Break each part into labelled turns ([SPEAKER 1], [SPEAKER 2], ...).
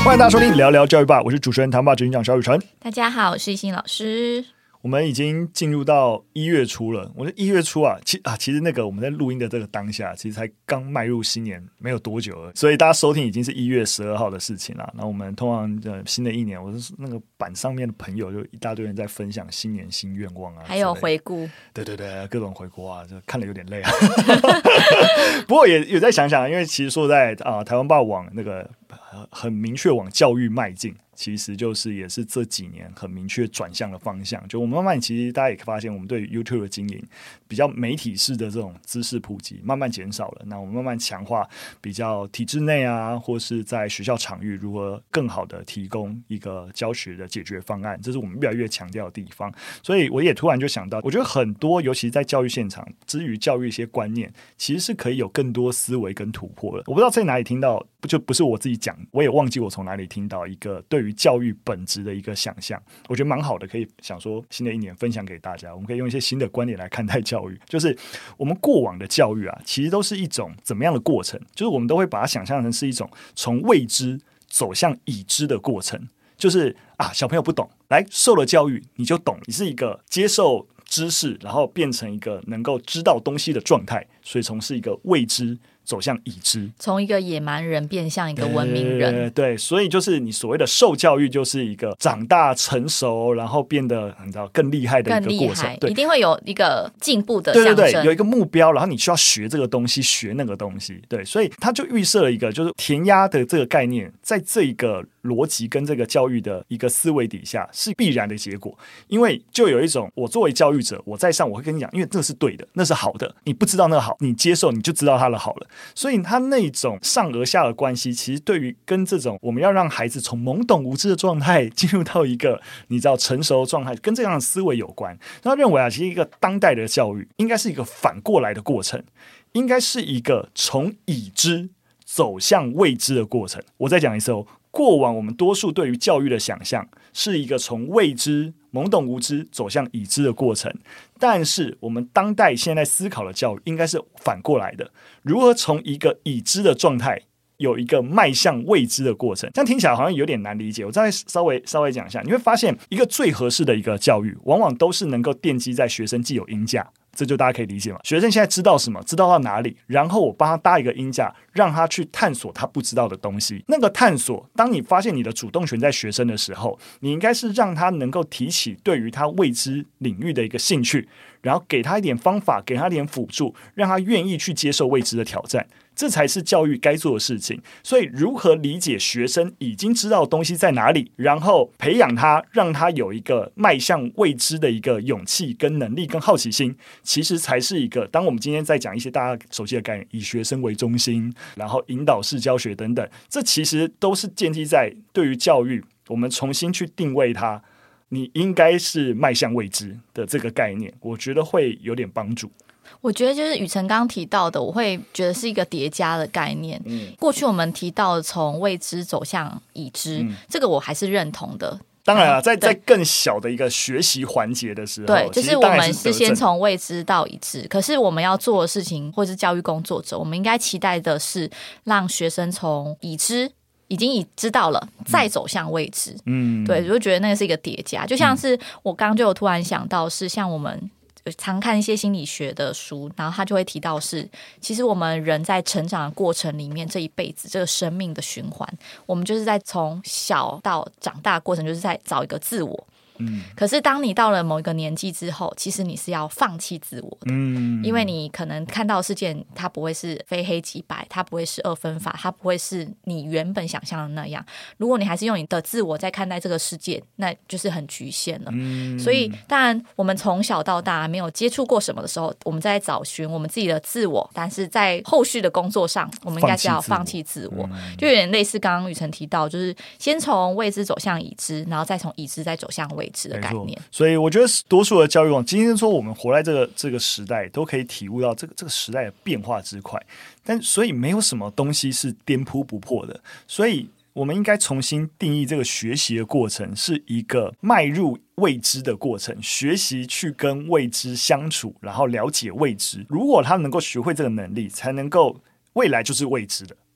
[SPEAKER 1] 欢迎大家收听聊聊教育吧，我是主持人唐爸执行长萧雨辰。
[SPEAKER 2] 大家好，我是一心老师。
[SPEAKER 1] 我们已经进入到1月初了，我觉得1月初其实那个我们在录音的这个当下，其实才刚迈入新年没有多久了，所以大家收听已经是1月12号的事情了。那我们通常新的一年，我是那个板上面的朋友就一大堆人在分享新年新愿望啊，
[SPEAKER 2] 还有回顾，
[SPEAKER 1] 对，各种回顾啊，就看了有点累啊。不过也在想想，因为其实说在台湾吧往那个很明确往教育迈进。其实就是也是这几年很明确转向的方向，就我们慢慢其实大家也发现，我们对 YouTube 的经营比较媒体式的这种知识普及慢慢减少了。那我们慢慢强化比较体制内啊，或是在学校场域如何更好的提供一个教学的解决方案，这是我们越来越强调的地方。所以我也突然就想到，我觉得很多尤其在教育现场，至于教育一些观念，其实是可以有更多思维跟突破的。我不知道在哪里听到，就不是我自己讲，我也忘记我从哪里听到一个对于教育本质的一个想象，我觉得蛮好的，可以想说新的一年分享给大家。我们可以用一些新的观点来看待教育，就是我们过往的教育啊，其实都是一种怎么样的过程？就是我们都会把它想象成是一种从未知走向已知的过程。就是小朋友不懂，来受了教育你就懂，你是一个接受知识，然后变成一个能够知道东西的状态，所以从是一个未知走向已知，
[SPEAKER 2] 从一个野蛮人变向一个文明人。
[SPEAKER 1] 对，所以就是你所谓的受教育，就是一个长大成熟，然后变得你知道更厉害的一个过程。对，
[SPEAKER 2] 一定会有一个进步的象征。
[SPEAKER 1] 对，有一个目标，然后你需要学这个东西，学那个东西。对，所以他就预设了一个就是填鸭的这个概念，在这个逻辑跟这个教育的一个思维底下是必然的结果。因为就有一种我作为教育者，我在上我会跟你讲，因为这是对的，那是好的，你不知道那个好，你接受你就知道它的好了。所以他那种上而下的关系，其实对于跟这种我们要让孩子从懵懂无知的状态进入到一个你知道成熟的状态，跟这样的思维有关。他认为其实一个当代的教育应该是一个反过来的过程，应该是一个从已知走向未知的过程。我再讲一次过往我们多数对于教育的想象是一个从未知懵懂无知走向已知的过程，但是我们当代现在思考的教育应该是反过来的，如何从一个已知的状态有一个迈向未知的过程。这样听起来好像有点难理解，我再稍微讲一下，你会发现一个最合适的一个教育往往都是能够奠基在学生既有鹰架，这就大家可以理解嘛。学生现在知道什么，知道到哪里，然后我帮他搭一个鹰架，让他去探索他不知道的东西。那个探索，当你发现你的主动权在学生的时候，你应该是让他能够提起对于他未知领域的一个兴趣，然后给他一点方法，给他一点辅助，让他愿意去接受未知的挑战。这才是教育该做的事情。所以如何理解学生已经知道的东西在哪里，然后培养他，让他有一个迈向未知的一个勇气跟能力跟好奇心，其实才是一个当我们今天在讲一些大家熟悉的概念，以学生为中心，然后引导式教学等等，这其实都是建基在对于教育我们重新去定位它，你应该是迈向未知的这个概念，我觉得会有点帮助。
[SPEAKER 2] 我觉得就是宇辰刚提到的，我会觉得是一个叠加的概念。过去我们提到从未知走向已知，这个我还是认同的。
[SPEAKER 1] 当然了，在更小的一个学习环节的时候，
[SPEAKER 2] 对，就是我们是先从未知到已知。可是我们要做的事情，或是教育工作者，我们应该期待的是让学生从已知已经知道了，再走向未知。对，我就觉得那个是一个叠加。就像是我刚刚就有突然想到，是像我们常看一些心理学的书，然后他就会提到是，其实我们人在成长的过程里面，这一辈子这个生命的循环，我们就是在从小到长大的过程，就是在找一个自我。可是当你到了某一个年纪之后，其实你是要放弃自我的。因为你可能看到的事件它不会是非黑即白，它不会是二分法，它不会是你原本想象的那样。如果你还是用你的自我在看待这个世界，那就是很局限了。所以当然我们从小到大没有接触过什么的时候，我们在找寻我们自己的自我，但是在后续的工作上我们应该是要放弃自我。就有点类似刚刚宇辰提到，就是先从未知走向已知，然后再从已知再走向未知的概念。所
[SPEAKER 1] 以我觉得多数的教育网今天说我们活在这个时代，都可以体悟到这个时代的变化之快，但所以没有什么东西是颠扑不破的，所以我们应该重新定义这个学习的过程是一个迈入未知的过程，学习去跟未知相处，然后了解未知。如果他能够学会这个能力，才能够未来就是未知的。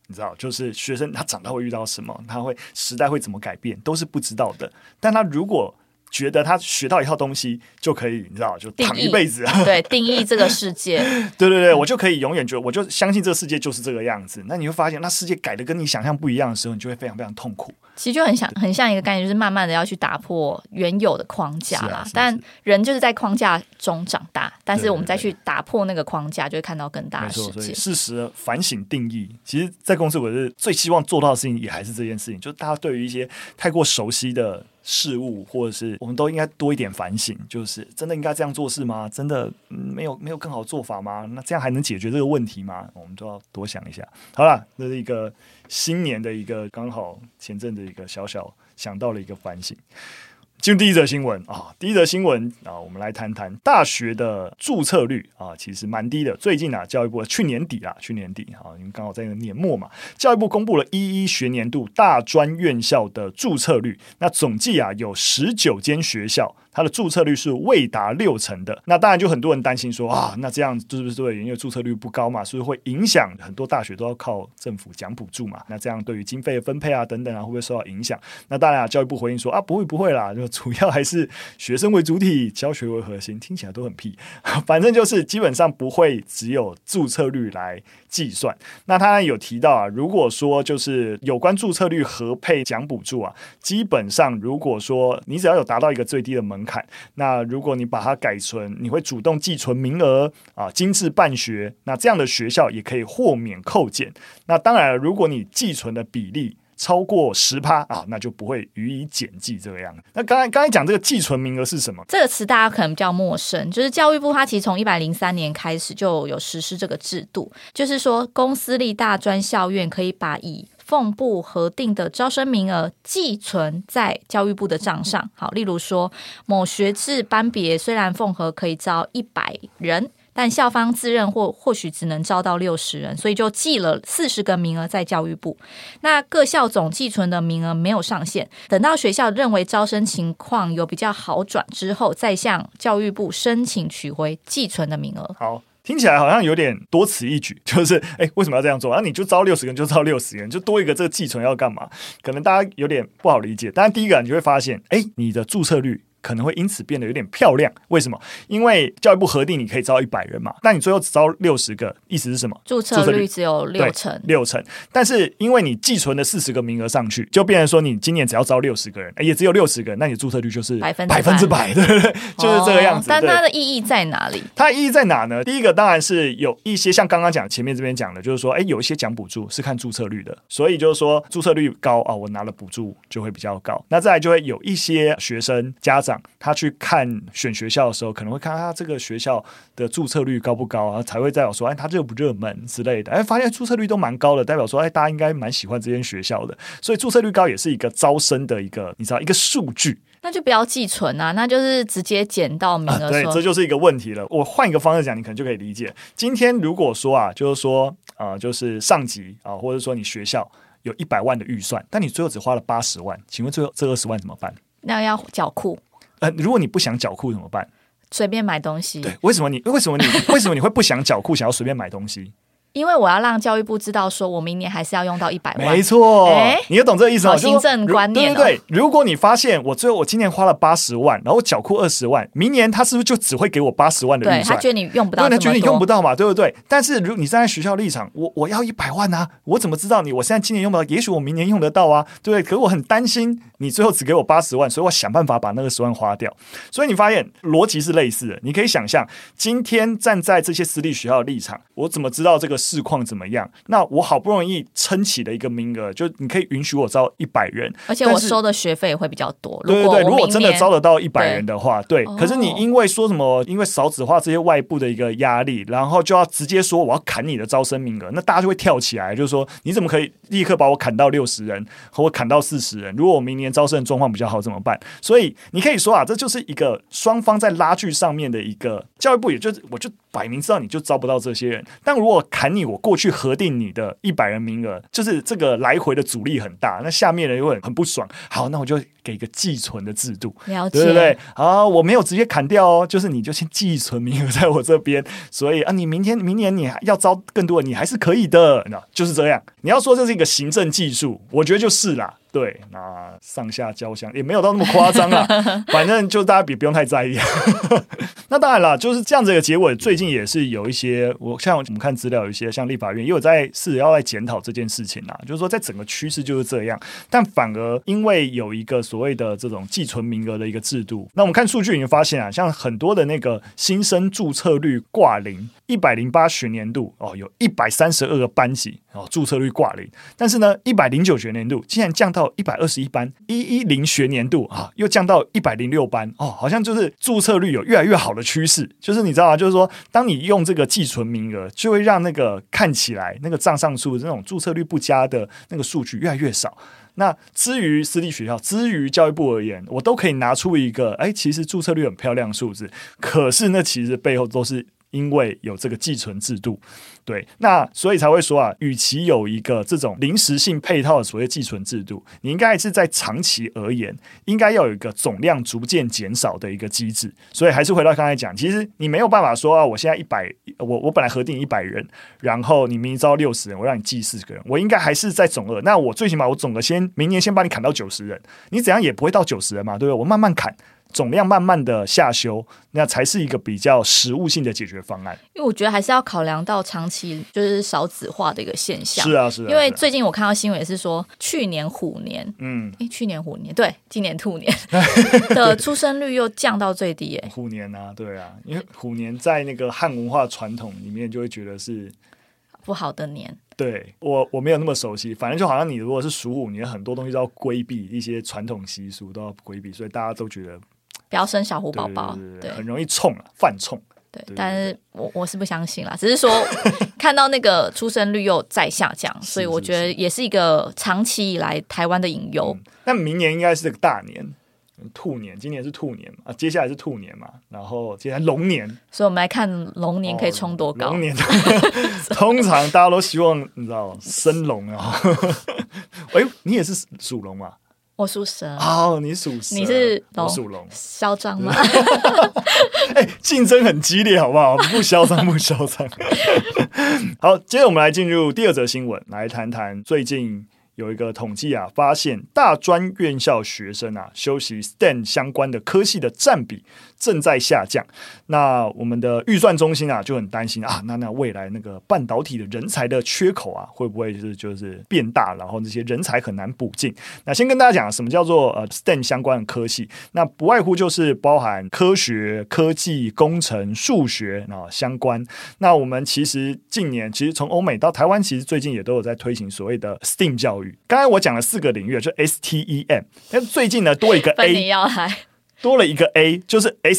[SPEAKER 1] 你知道，就是学生他长大会遇到什么，时代会怎么改变，都是不知道的。但他如果觉得他学到一套东西就可以，你知道，就躺一辈子，
[SPEAKER 2] 对，定义这个世界，
[SPEAKER 1] 对对对，我就可以永远我就相信这个世界就是这个样子。那你会发现，那世界改的跟你想象不一样的时候，你就会非常非常痛苦。
[SPEAKER 2] 其实就很像一个概念，就是慢慢的要去打破原有的框架啦。
[SPEAKER 1] 是
[SPEAKER 2] 但人就是在框架中长大，但是我们再去打破那个框架，就会看到更大的世界。
[SPEAKER 1] 所以适时反省定义，其实，在公司我是最希望做到的事情，也还是这件事情，就是大家对于一些太过熟悉的事物，或者是我们都应该多一点反省，就是真的应该这样做事吗？真的没有更好的做法吗？那这样还能解决这个问题吗？我们都要多想一下。好啦，这是一个新年的一个刚好前阵子一个小小想到了一个反省。进入第一则新闻啊，第一则新闻啊，我们来谈谈大学的注册率啊，其实蛮低的。最近啊，教育部去年底啊，因为刚好在年末嘛，教育部公布了11学年度大专院校的注册率，那总计啊有19间学校，它的注册率是未达60%的。那当然就很多人担心说啊，那这样是不是对？因为注册率不高嘛，是不是会影响很多大学都要靠政府奖补助嘛？那这样对于经费的分配啊等等啊，会不会受到影响？那当然啊，教育部回应说啊，不会啦，就主要还是学生为主体，教学为核心，听起来都很屁。反正就是基本上不会只有注册率来计算。那他有提到啊，如果说就是有关注册率合配奖补助啊，基本上如果说你只要有达到一个最低的门槛，那如果你把它改存，你会主动寄存名额啊，精致办学，那这样的学校也可以豁免扣减。那当然了，如果你寄存的比例超过10%啊，那就不会予以减记这个样子。那刚才讲这个寄存名额是什么？
[SPEAKER 2] 这个词大家可能比较陌生，就是教育部它其实从103年开始就有实施这个制度，就是说公私立大专校院可以把以奉部核定的招生名额寄存在教育部的账上。好，例如说某学制班别虽然奉核可以招100人，但校方自认或许只能招到60人，所以就寄了40个名额在教育部。那各校总寄存的名额没有上限，等到学校认为招生情况有比较好转之后，再向教育部申请取回寄存的名额。
[SPEAKER 1] 好，听起来好像有点多此一举，就是为什么要这样做啊？你就招60个人就招60个人，就多一个这个寄存要干嘛？可能大家有点不好理解。当然第一个你就会发现你的注册率可能会因此变得有点漂亮。为什么？因为教育部核定你可以招100人嘛，那你最后只招60个，意思是什么？
[SPEAKER 2] 注册率只有6%。
[SPEAKER 1] 但是因为你寄存的40个名额上去，就变成说你今年只要招60个人，也只有60个人，那你的注册率就是100%，对不对？就是这个样子。
[SPEAKER 2] 但它的意义在哪里？
[SPEAKER 1] 它的意义在哪呢？第一个当然是有一些像刚刚讲前面这边讲的，就是说有一些奖补助是看注册率的，所以就是说注册率高啊，我拿了补助就会比较高。那再来就会有一些学生家长他去看选学校的时候，可能会看他这个学校的注册率高不高啊，才会代表说他热不热门之类的。发现注册率都蛮高的，代表说大家应该蛮喜欢这间学校的，所以注册率高也是一个招生的一个你知道一个数据。
[SPEAKER 2] 那就不要寄存啊，那就是直接减到名额。
[SPEAKER 1] 对，这就是一个问题了。我换一个方式讲，你可能就可以理解。今天如果说就是说就是上级啊，或者说你学校有100万的预算，但你最后只花了80万，请问最后这20万怎么办？
[SPEAKER 2] 那要缴库。
[SPEAKER 1] 如果你不想缴库怎么办？
[SPEAKER 2] 随便买东西。
[SPEAKER 1] 对，为什么你会不想缴库，想要随便买东西？
[SPEAKER 2] 因为我要让教育部知道说我明年还是要用到100万。
[SPEAKER 1] 没错，你也懂这个意思吗？
[SPEAKER 2] 行政观念。
[SPEAKER 1] 对，如果你发现我今年花了80万，然后缴库20万，明年他是不是就只会给我80万的预算？
[SPEAKER 2] 对，他觉得你用不到这么多。
[SPEAKER 1] 对，他觉得你用不到嘛，对不对？但是如果你站在学校立场，我要100万啊，我怎么知道我现在今年用不到？也许我明年用得到啊，对不对？可是我很担心你最后只给我80万，所以我想办法把那个10万花掉。所以你发现逻辑是类似的，你可以想象，今天站在这些私立学校的立场，我怎么知道这个市况怎么样？那我好不容易撑起了一个名额，就你可以允许我招100人，
[SPEAKER 2] 而且我收的学费也会比较多。
[SPEAKER 1] 对，如果真的招得到100人的话，对。可是你因为说什么，因为少子化这些外部的一个压力，然后就要直接说我要砍你的招生名额，那大家就会跳起来，就是说你怎么可以立刻把我砍到60人，和我砍到40人？如果我明年招生的状况比较好怎么办？所以你可以说这就是一个双方在拉锯上面的一个教育部，我就摆明知道你就招不到这些人，但如果砍你我过去核定你的100人名额，就是这个来回的阻力很大，那下面人又很不爽。好，那我就给一个寄存的制度，
[SPEAKER 2] 了解，
[SPEAKER 1] 对不对？好，我没有直接砍掉哦，就是你就先寄存名额在我这边，所以你明年你要招更多人，你还是可以的，就是这样。你要说这是一个行政技术，我觉得就是啦。对，那上下交相也没有到那么夸张啦，反正就大家不用太在意。那当然啦，就是这样子的结果，最近也是有一些，像我们看资料，有一些像立法院也有在试着要来检讨这件事情啦，就是说在整个趋势就是这样，但反而因为有一个所谓的这种寄存名额的一个制度，那我们看数据已经发现啊，像很多的那个新生注册率挂零，108学年度有132个班级注册率挂零，但是呢109学年度竟然降到121班，110学年度又降到106班好像就是注册率有越来越好的趋势。就是你知道吗？就是说，当你用这个寄存名额，就会让那个看起来那个账上数那种注册率不佳的那个数据越来越少。那至于私立学校，至于教育部而言，我都可以拿出一个其实注册率很漂亮的数字，可是那其实背后都是因为有这个寄存制度。对，那所以才会说与其有一个这种临时性配套的所谓寄存制度，你应该是在长期而言，应该要有一个总量逐渐减少的一个机制。所以还是回到刚才讲，其实你没有办法说我现在我本来核定100人，然后你明招60人，我让你寄40个人，我应该还是在总额。那我最起码我总额明年先把你砍到90人，你怎样也不会到90人嘛，对不对？我慢慢砍。总量慢慢的下修，那才是一个比较实务性的解决方案。
[SPEAKER 2] 因为我觉得还是要考量到长期就是少子化的一个现象。
[SPEAKER 1] 是啊，
[SPEAKER 2] 因为最近我看到新闻也是说，去年虎年，去年虎年对，今年兔年的出生率又降到最低耶。
[SPEAKER 1] 虎年啊，对啊，因为虎年在那个汉文化传统里面就会觉得是
[SPEAKER 2] 不好的年。
[SPEAKER 1] 对，我没有那么熟悉，反正就好像你如果是属虎，你很多东西都要规避，一些传统习俗都要规避，所以大家都觉得
[SPEAKER 2] 不要生小虎宝宝，
[SPEAKER 1] 对，很容易冲犯冲。
[SPEAKER 2] 对，但是我是不相信啦，只是说看到那个出生率又在下降，所以我觉得也是一个长期以来台湾的隐忧。
[SPEAKER 1] 但明年应该是个大年，兔年，今年是兔年嘛，接下来是兔年嘛，然后接下来龙年，
[SPEAKER 2] 所以我们来看龙年可以冲多高。
[SPEAKER 1] 龙年通常大家都希望你知道生龙啊。你也是属龙嘛？
[SPEAKER 2] 我属蛇。
[SPEAKER 1] 你属蛇，
[SPEAKER 2] 你是龙，
[SPEAKER 1] 我属龙。
[SPEAKER 2] 嚣张吗？
[SPEAKER 1] 竞争很激烈，好不好？不嚣张，不嚣张。好，接着我们来进入第二则新闻，来谈谈最近有一个统计发现大专院校学生修习 STEM 相关的科系的占比正在下降。那我们的预算中心就很担心那未来那个半导体的人才的缺口会不会就是变大，然后这些人才很难补进。那先跟大家讲什么叫做STEM 相关的科系，那不外乎就是包含科学、科技、工程、数学相关。那我们其实近年从欧美到台湾，其实最近也都有在推行所谓的 STEAM 教育。刚才我讲了4个领域，就 STEM， 但最近呢多一个 A， 多了一个 A， 就是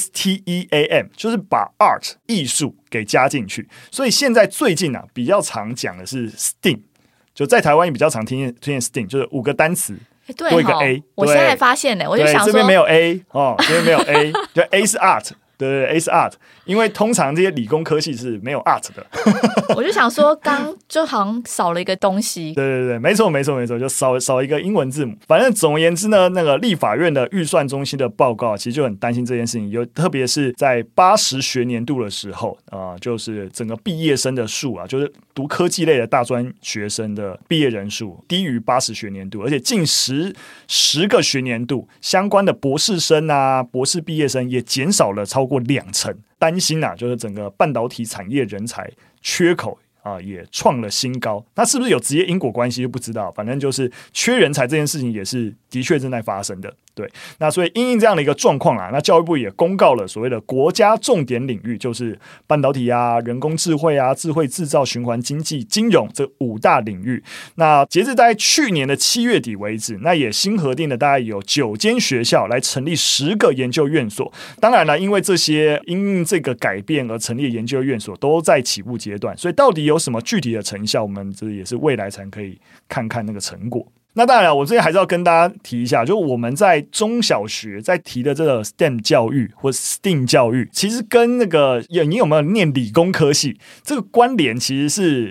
[SPEAKER 1] STEAM， 就是把 Art 艺术给加进去。所以现在最近比较常讲的是 STEAM， 就在台湾也比较常听见 STEAM， 就是5个单词。多一个 A，
[SPEAKER 2] 我现在发现我就想说
[SPEAKER 1] 这边没有 A 这边没有 A， 就 A 是 Art。对 A 是 Art， 因为通常这些理工科系是没有 Art 的。
[SPEAKER 2] 我就想说刚就好像少了一个东西。
[SPEAKER 1] 对，没错，就少一个英文字母。反正总而言之呢，那个立法院的预算中心的报告其实就很担心这件事情，特别是在80学年度的时候就是整个毕业生的数就是读科技类的大专学生的毕业人数低于80学年度，而且近10个学年度相关的博士生博士毕业生也减少了超过20%，担心就是整个半导体产业人才缺口也创了新高。那是不是有直接因果关系就不知道，反正就是缺人才这件事情也是的确正在发生的。对，那所以因应这样的一个状况那教育部也公告了所谓的国家重点领域，就是半导体人工智慧智慧制造、循环经济、金融这5大领域。那截至在去年的7月底为止，那也新核定的大概有9间学校来成立10个研究院所。当然了，因为这些因应这个改变而成立的研究院所都在起步阶段，所以到底有什么具体的成效，我们这也是未来才可以看看那个成果。那当然了，我这边还是要跟大家提一下，就我们在中小学在提的这个 STEM 教育或 STEAM 教育，其实跟那个你有没有念理工科系这个关联其实是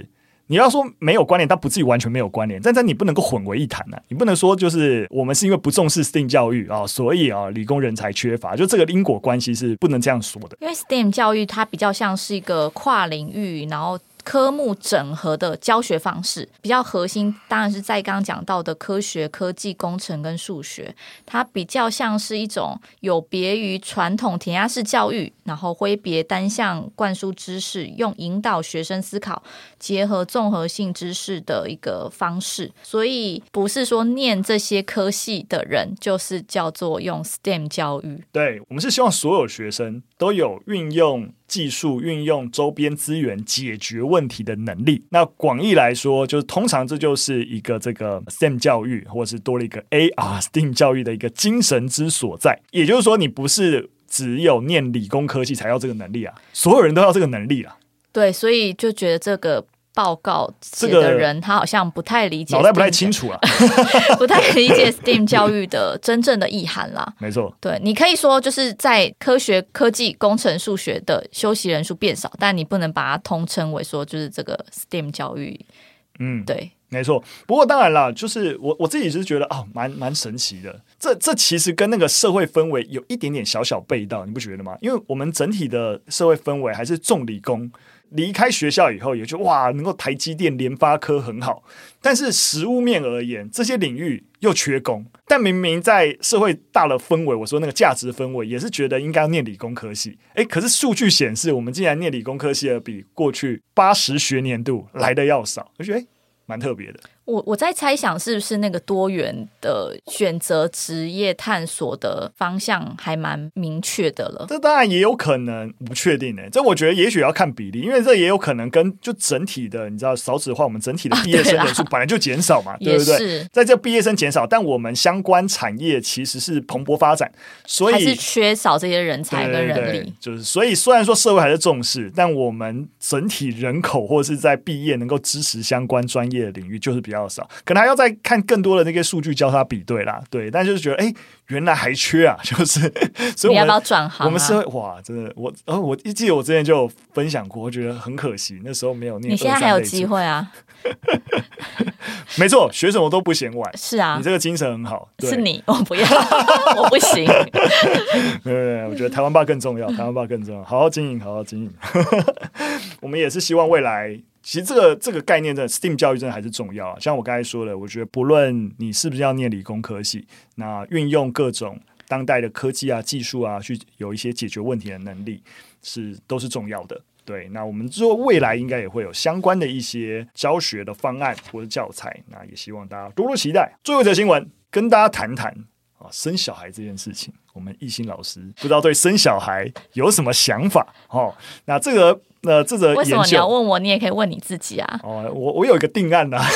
[SPEAKER 1] 你要说没有关联，但不至于完全没有关联，但你不能够混为一谈啊！你不能说就是我们是因为不重视 STEAM 教育啊，所以啊理工人才缺乏，就这个因果关系是不能这样说的。
[SPEAKER 2] 因为 STEAM 教育它比较像是一个跨领域，然后科目整合的教学方式，比较核心当然是在刚刚讲到的科学、科技、工程跟数学，它比较像是一种有别于传统填鸭式教育，然后挥别单向灌输知识，用引导学生思考，结合综合性知识的一个方式。所以不是说念这些科系的人就是叫做用 STEM 教育。
[SPEAKER 1] 对，我们是希望所有学生都有运用技术、运用周边资源解决问题的能力。那广义来说，就是通常这就是一个这个 STEM 教育，或是多了一个 AR STEAM 教育的一个精神之所在。也就是说，你不是只有念理工科技才要这个能力啊，所有人都要这个能力啊。
[SPEAKER 2] 对，所以就觉得这个报告写的人他好像不太理解，
[SPEAKER 1] 脑袋不太清楚啊
[SPEAKER 2] 不太理解 STEAM 教育的真正的意涵啦。
[SPEAKER 1] 没错，
[SPEAKER 2] 对，你可以说就是在科学、科技、工程、数学的修习人数变少，但你不能把它通称为说就是这个 STEAM 教育。对，
[SPEAKER 1] 没错。不过当然啦，就是我自己是觉得蛮神奇的。这其实跟那个社会氛围有一点点小小背道，你不觉得吗？因为我们整体的社会氛围还是重理工。离开学校以后也就哇，能够台积电、联发科很好，但是实务面而言，这些领域又缺工。但明明在社会大的氛围，我说那个价值氛围，也是觉得应该要念理工科系。可是数据显示，我们竟然念理工科系的比过去80学年度来的要少，我觉得蛮特别的。
[SPEAKER 2] 我在猜想是不是那个多元的选择职业探索的方向还蛮明确的了。
[SPEAKER 1] 这当然也有可能不确定这我觉得也许要看比例，因为这也有可能跟就整体的你知道少子化，我们整体的毕业生人数本来就减少嘛，对不对？在这毕业生减少，但我们相关产业其实是蓬勃发展，所以
[SPEAKER 2] 还是缺少这些人才跟人力。
[SPEAKER 1] 对，就是所以虽然说社会还是重视，但我们整体人口或者是在毕业能够支持相关专业的领域就是比较少，可能还要再看更多的那个数据交叉比对啦。对，但就是觉得原来还缺啊，就是所以
[SPEAKER 2] 你要不要转行啊？
[SPEAKER 1] 我们社会哇，真的我记得我之前就有分享过，我觉得很可惜，那时候没有念。
[SPEAKER 2] 你现在还有机会啊！
[SPEAKER 1] 没错，学什么都不嫌晚。
[SPEAKER 2] 是啊，
[SPEAKER 1] 你这个精神很好。
[SPEAKER 2] 是你，我不要，我不行。
[SPEAKER 1] 对，我觉得台湾霸更重要，台湾霸更重要，好好经营，好好经营。我们也是希望未来。其实这个概念真的 STEAM 教育真的还是重要啊。像我刚才说的，我觉得不论你是不是要念理工科系，那运用各种当代的科技啊、技术啊，去有一些解决问题的能力，都是重要的。对，那我们之后未来应该也会有相关的一些教学的方案或者教材，那也希望大家多多期待。最后一则新闻，跟大家谈谈生小孩这件事情。我们奕欣老师不知道对生小孩有什么想法那这则研究，
[SPEAKER 2] 为什么你要问我？你也可以问你自己啊。
[SPEAKER 1] 我有一个定案啦。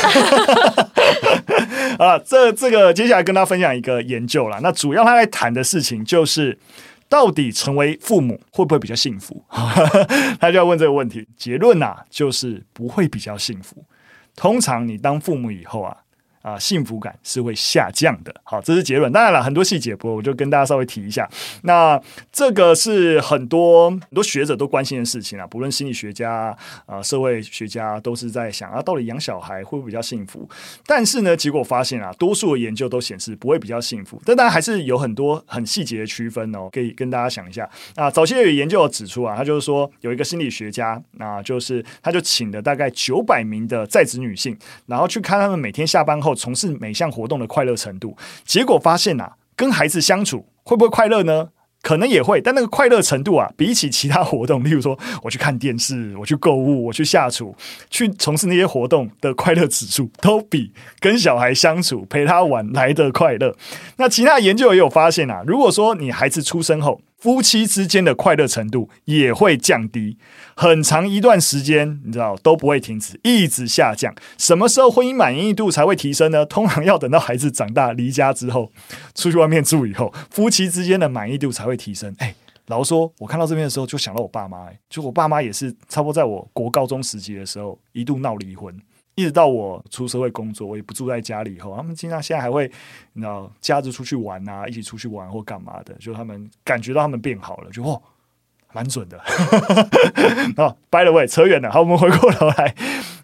[SPEAKER 1] 这个接下来跟大家分享一个研究啦。那主要他在谈的事情就是，到底成为父母会不会比较幸福？他就要问这个问题。结论就是不会比较幸福。通常你当父母以后幸福感是会下降的。好，这是结论。当然了，很多细节我就跟大家稍微提一下。那这个是很多学者都关心的事情不论心理学家社会学家都是在想到底养小孩会不会比较幸福？但是呢，结果发现多数的研究都显示不会比较幸福。但当然还是有很多很细节的区分可以跟大家想一下。早期有研究有指出他就是说有一个心理学家就是他就请了大概900名的在职女性，然后去看他们每天下班后从事每项活动的快乐程度，结果发现跟孩子相处会不会快乐呢？可能也会，但那个快乐程度比起其他活动，例如说我去看电视、我去购物、我去下厨、去从事那些活动的快乐指数，都比跟小孩相处、陪他玩来的快乐。那其他研究也有发现如果说你孩子出生后，夫妻之间的快乐程度也会降低，很长一段时间你知道都不会停止，一直下降。什么时候婚姻满意度才会提升呢？通常要等到孩子长大离家之后，出去外面住以后，夫妻之间的满意度才会提升。老实说，我看到这边的时候就想到我爸妈，就我爸妈也是差不多在我国高中时期的时候一度闹离婚，一直到我出社会工作，我也不住在家里以后，他们经常现在还会你知道假日出去玩一起出去玩或干嘛的，就他们感觉到他们变好了，就蛮准的。by the way 扯远了，好，我们回过头来。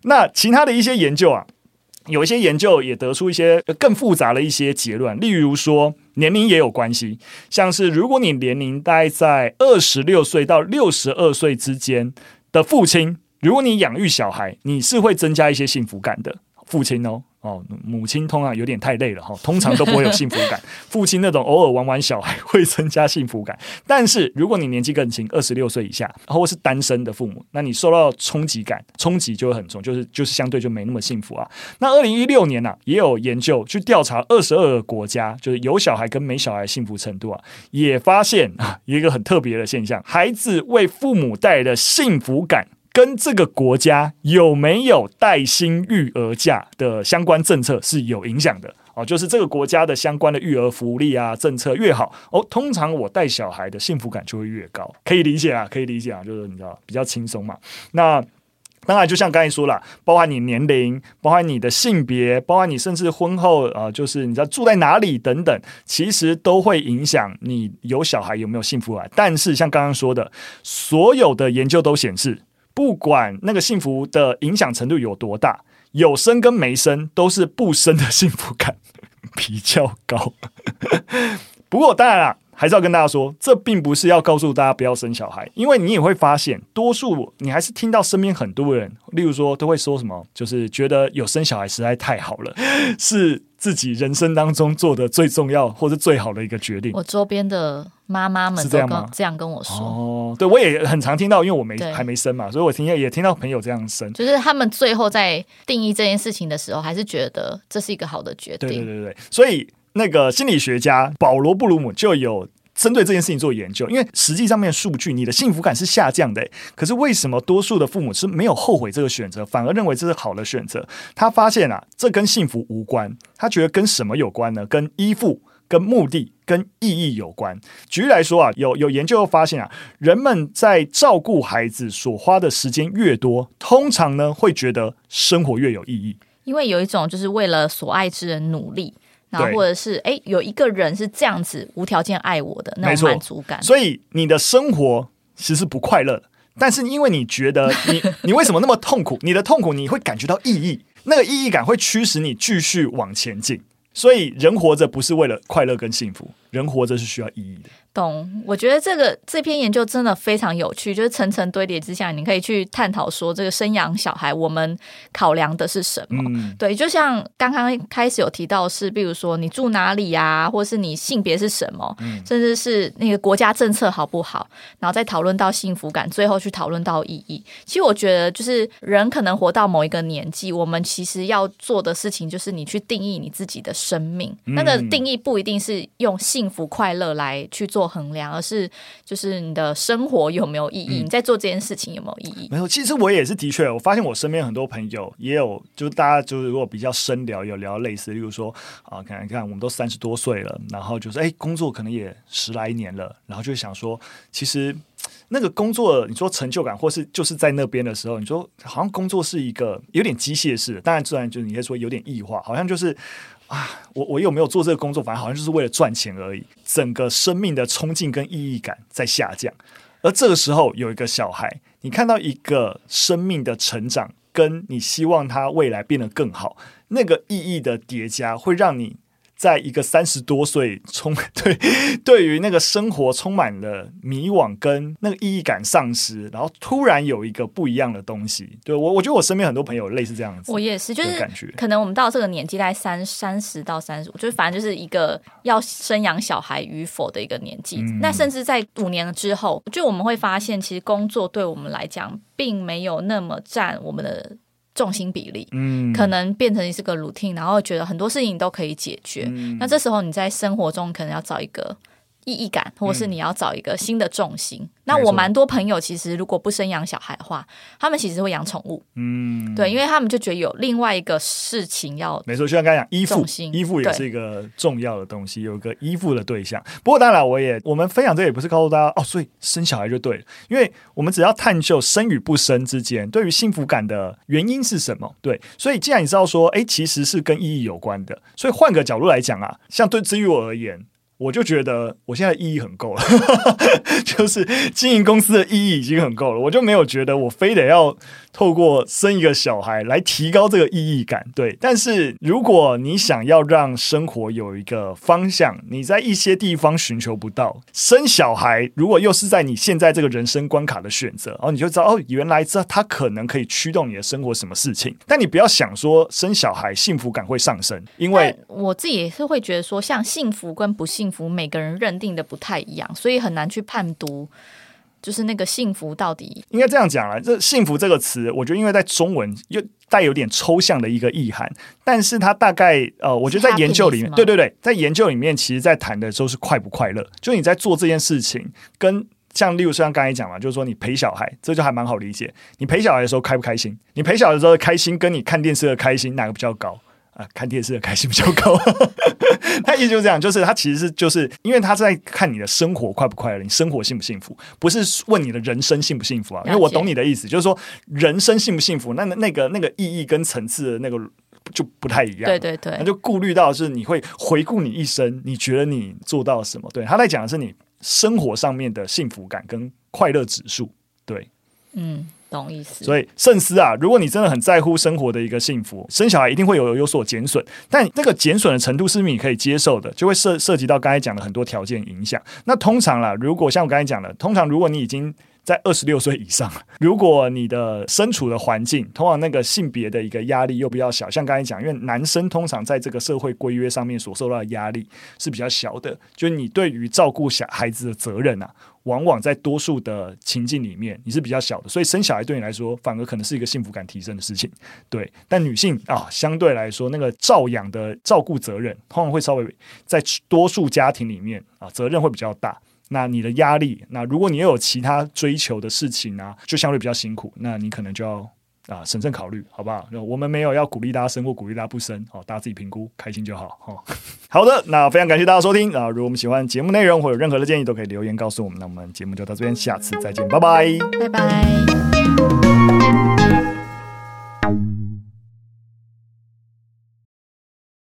[SPEAKER 1] 那其他的一些研究啊，有一些研究也得出一些更复杂的一些结论，例如说年龄也有关系，像是如果你年龄大概在26岁到62岁之间的父亲，如果你养育小孩，你是会增加一些幸福感的。父亲母亲通常有点太累了通常都不会有幸福感。父亲那种偶尔玩玩小孩会增加幸福感，但是如果你年纪更轻，26岁以下，或是单身的父母，那你受到冲击就会很重，就是相对就没那么幸福啊。那2016年也有研究去调查22个国家，就是有小孩跟没小孩的幸福程度也发现有一个很特别的现象，孩子为父母带来的幸福感跟这个国家有没有带薪育儿假的相关政策是有影响的就是这个国家的相关的育儿福利政策越好通常我带小孩的幸福感就会越高，可以理解就是你知道比较轻松嘛。那当然就像刚才说了，包含你年龄，包含你的性别，包含你甚至婚后就是你知道住在哪里等等，其实都会影响你有小孩有没有幸福感。但是像刚刚说的，所有的研究都显示，不管那个幸福的影响程度有多大，有生跟没生都是不生的幸福感比较高。不过当然啦，还是要跟大家说，这并不是要告诉大家不要生小孩，因为你也会发现，多数你还是听到身边很多人，例如说都会说什么，就是觉得有生小孩实在太好了，是自己人生当中做的最重要或是最好的一个决定。
[SPEAKER 2] 我周边的妈妈们都这样跟我说。
[SPEAKER 1] 对，我也很常听到，因为我还没生嘛，所以我也听到朋友这样生，
[SPEAKER 2] 就是他们最后在定义这件事情的时候，还是觉得这是一个好的决定。
[SPEAKER 1] 对，所以那个心理学家保罗·布鲁姆就有针对这件事情做研究，因为实际上面的数据，你的幸福感是下降的，可是为什么多数的父母是没有后悔这个选择，反而认为这是好的选择？他发现这跟幸福无关，他觉得跟什么有关呢？跟依附、跟目的、跟意义有关。举例来说有研究发现人们在照顾孩子所花的时间越多，通常呢会觉得生活越有意义，
[SPEAKER 2] 因为有一种就是为了所爱之人努力。然后或者是有一个人是这样子无条件爱我的那种满足感，
[SPEAKER 1] 所以你的生活其实是不快乐的，但是因为你觉得你为什么那么痛苦，你的痛苦你会感觉到意义，那个意义感会驱使你继续往前进。所以人活着不是为了快乐跟幸福，人活着是需要意义的。
[SPEAKER 2] 懂，我觉得这篇研究真的非常有趣，就是层层堆叠之下，你可以去探讨说这个生养小孩我们考量的是什么。对，就像刚刚开始有提到是，比如说你住哪里啊，或是你性别是什么，甚至是那个国家政策好不好，然后再讨论到幸福感，最后去讨论到意义。其实我觉得就是人可能活到某一个年纪，我们其实要做的事情就是你去定义你自己的生命，那个定义不一定是用幸福快乐来去做衡量，而是就是你的生活有没有意义，你在做这件事情有没有意义。
[SPEAKER 1] 没有，其实我也是的确，我发现我身边很多朋友也有，就是大家就是如果比较深聊，有聊类似，例如说看我们都30多岁了，然后就是工作可能也10来年了，然后就想说，其实那个工作你说成就感，或是就是在那边的时候，你说好像工作是一个有点机械式的，当然自然就是你可以说有点异化，好像就是我有没有做这个工作，反正好像就是为了赚钱而已，整个生命的冲劲跟意义感在下降。而这个时候有一个小孩，你看到一个生命的成长，跟你希望他未来变得更好，那个意义的叠加会让你在一个30多岁对于那个生活充满了迷惘跟那个意义感丧失，然后突然有一个不一样的东西。对，我觉得我身边很多朋友类似这样子，
[SPEAKER 2] 我也是，就是感觉可能我们到这个年纪大概30到35，就是反正就是一个要生养小孩与否的一个年纪。那甚至在5年之后，就我们会发现其实工作对我们来讲并没有那么占我们的重心比例，可能变成是个 routine， 然后觉得很多事情都可以解决。那这时候你在生活中可能要找一个意义感，或者是你要找一个新的重心。那我蛮多朋友其实如果不生养小孩的话，他们其实会养宠物。对，因为他们就觉得有另外一个事情要，
[SPEAKER 1] 没错，就像刚才讲依附也是一个重要的东西，有一个依附的对象。不过当然我们分享这个也不是告诉大家所以生小孩就对了，因为我们只要探究生与不生之间对于幸福感的原因是什么。对，所以既然你知道说其实是跟意义有关的，所以换个角度来讲像对于我而言， 我就觉得我现在的意义很够了就是经营公司的意义已经很够了，我就没有觉得我非得要透过生一个小孩来提高这个意义感。对，但是如果你想要让生活有一个方向，你在一些地方寻求不到，生小孩如果又是在你现在这个人生关卡的选择，然后你就知道原来它可能可以驱动你的生活什么事情。但你不要想说生小孩幸福感会上升，因为
[SPEAKER 2] 我自己也是会觉得说，像幸福跟不幸福每个人认定的不太一样，所以很难去判读就是那个幸福到底
[SPEAKER 1] 应该这样讲啦，这幸福这个词我觉得因为在中文又带有点抽象的一个意涵，但是它大概我觉得在研究里面，对对对，在研究里面其实在谈的都是快不快乐，就你在做这件事情跟像例如像刚才讲嘛，就是说你陪小孩，这就还蛮好理解，你陪小孩的时候开不开心，你陪小孩的时候的开心跟你看电视的开心哪个比较高看电视的开心比较高他意思就是这样，就是他其实是就是因为他在看你的生活快不快乐，你生活幸不幸福，不是问你的人生幸不幸福啊。因为我懂你的意思，就是说人生幸不幸福，那个意义跟层次的那个就不太一样。
[SPEAKER 2] 对对对，
[SPEAKER 1] 那就顾虑到的是你会回顾你一生，你觉得你做到什么？对，他在讲的是你生活上面的幸福感跟快乐指数。对，
[SPEAKER 2] 懂意思。
[SPEAKER 1] 所以慎思啊，如果你真的很在乎生活的一个幸福，生小孩一定会有所减损，但那个减损的程度是不是你可以接受的，就会涉及到刚才讲的很多条件影响。那通常啦，如果像我刚才讲的，通常如果你已经在26岁以上，如果你的身处的环境通常那个性别的一个压力又比较小，像刚才讲，因为男生通常在这个社会规约上面所受到的压力是比较小的，就是你对于照顾小孩子的责任往往在多数的情境里面你是比较小的，所以生小孩对你来说反而可能是一个幸福感提升的事情。对，但女性相对来说那个照养的照顾责任通常会稍微在多数家庭里面责任会比较大，那你的压力，那如果你又有其他追求的事情就相对比较辛苦，那你可能就要审慎考虑，好不好？我们没有要鼓励大家生或鼓励大家不生，大家自己评估，开心就好。好的，那非常感谢大家收听如果我们喜欢节目内容或有任何的建议，都可以留言告诉我们。那我们节目就到这边，下次再见，拜拜，
[SPEAKER 2] 拜拜。